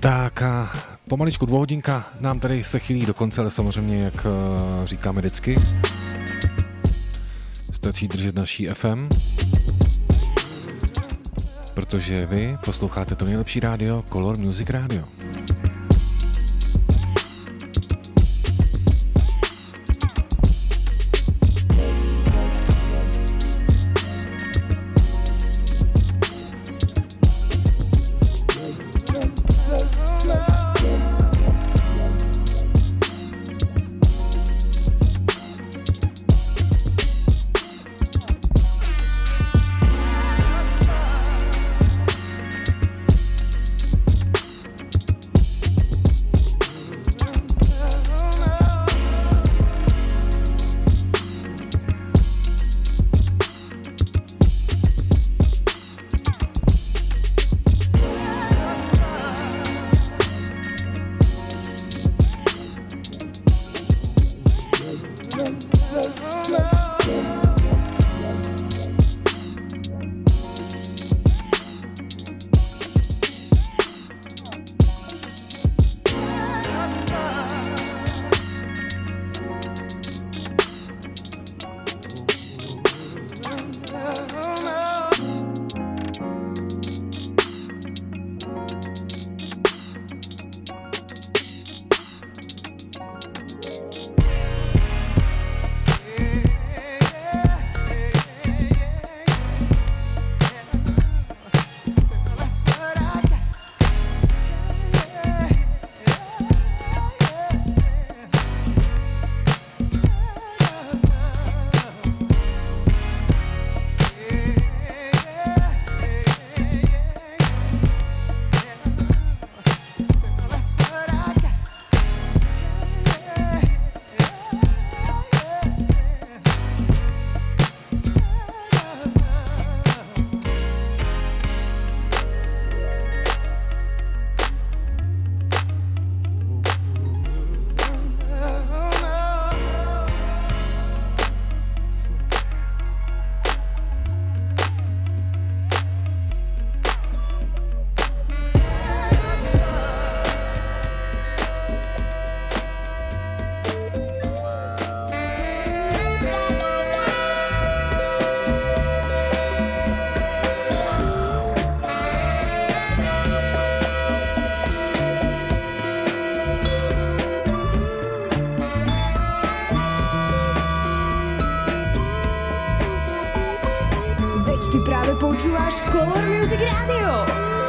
Tak a pomaličku dvouhodinka nám tady se chýlí do konce, ale samozřejmě, jak uh, říkáme vždycky, stačí držet naší F M, protože vy posloucháte to nejlepší rádio, Color Music Radio. Počúvaš Color Music Radio.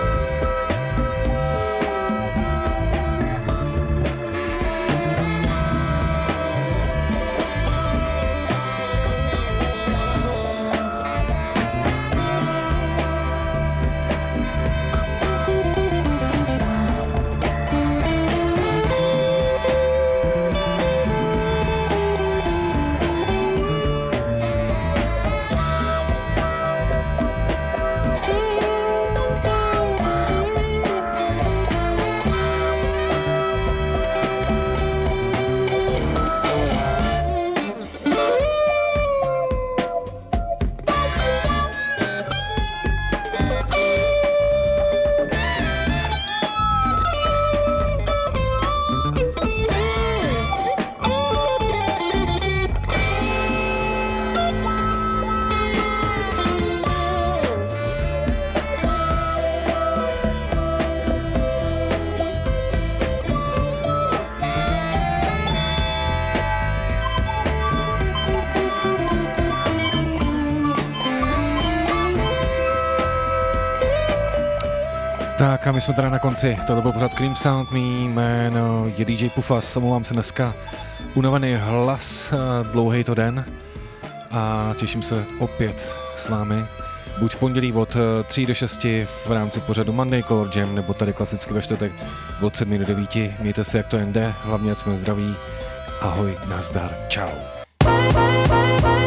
Tak a my jsme teda na konci, tohle byl pořád Cream Sound, mý jméno je D J Pufas, omlouvám se dneska, unavený hlas, dlouhý to den a těším se opět s vámi, buď v pondělí od tří do šesti v rámci pořadu Monday Color Jam, nebo tady klasicky ve čtvrtek od sedmi do devíti, mějte se jak to jen jde, hlavně ať jsme zdraví, ahoj, nazdar, čau.